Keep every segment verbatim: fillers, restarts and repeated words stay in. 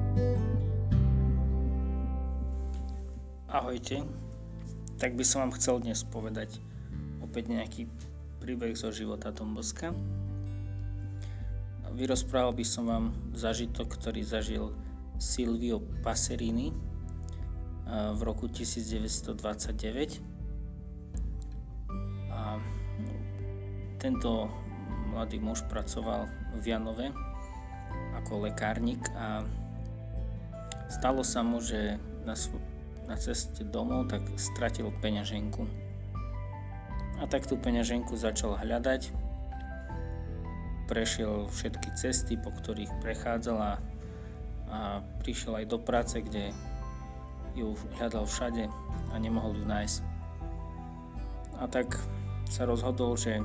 Ahojte, tak by som vám chcel dnes povedať opäť nejaký príbeh zo života Don Bosca. Vyrozprával by som vám zážitok, ktorý zažil Silvio Passerini v roku devätnásťstodvadsaťdeväť. A tento mladý muž pracoval v Janove ako lekárnik a stalo sa mu, že na svoj na ceste domov tak stratil peňaženku. A tak tú peňaženku začal hľadať. Prešiel všetky cesty, po ktorých prechádzal a, a prišiel aj do práce, kde ju hľadal všade a nemohol ju nájsť. A tak sa rozhodol, že,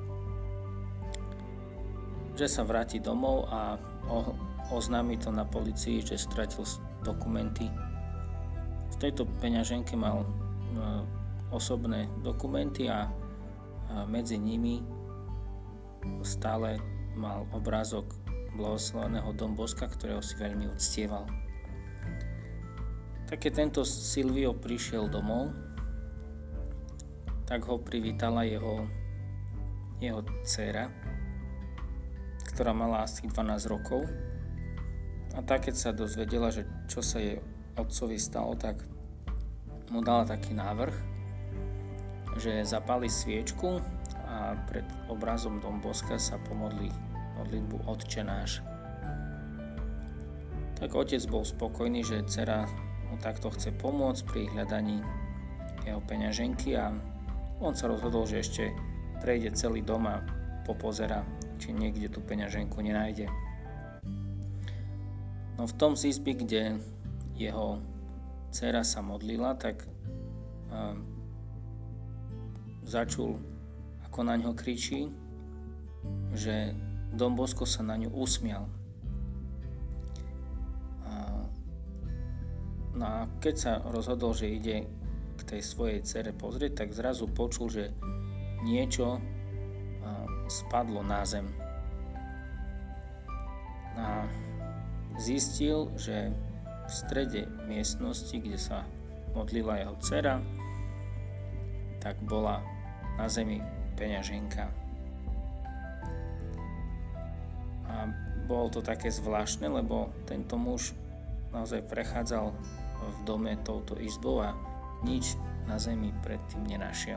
že sa vráti domov a o, oznámi to na polícii, že stratil dokumenty. V tejto peňaženke mal osobné dokumenty a medzi nimi stále mal obrázok blahoslaveného Don Bosca, ktorého si veľmi uctieval. Tak keď tento Silvio prišiel domov, tak ho privítala jeho, jeho dcéra, ktorá mala asi dvanásť rokov. A tak keď sa dozvedela, že čo sa jej otcovi stalo, tak mu dala taký návrh, že zapáli sviečku a pred obrazom Don Bosca sa pomodlí modlitbu Otče náš. Tak otec bol spokojný, že dcera mu takto chce pomôcť pri hľadaní jeho peňaženky a on sa rozhodol, že ešte prejde celý dom a popozera, či niekde tú peňaženku nenájde. No v tom z izby, kde jeho dcera sa modlila, tak uh, začul, ako na ňo kričí, že Don Bosco sa na ňu usmial. Uh, no a keď sa rozhodol, že ide k tej svojej dcere pozrieť, tak zrazu počul, že niečo uh, spadlo na zem. A zistil, že v strede miestnosti, kde sa modlila jeho dcera, tak bola na zemi peňaženka. A bolo to také zvláštne, lebo tento muž naozaj prechádzal v dome touto izbou a nič na zemi predtým nenašiel.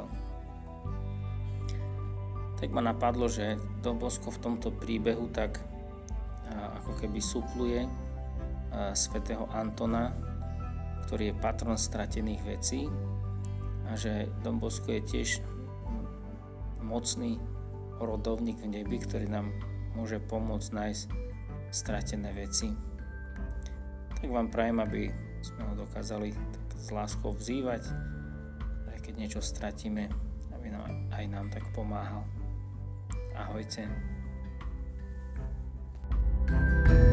Tak ma napadlo, že Don Bosco v tomto príbehu tak ako keby supluje svätého Antona, ktorý je patron stratených vecí, a že Don Bosco je tiež mocný rodovník v nebi, ktorý nám môže pomôcť nájsť stratené veci. Tak vám prajem, aby sme ho dokázali tak s láskou vzývať, aj keď niečo stratíme, aby nám, aj nám tak pomáhal. Ahojte.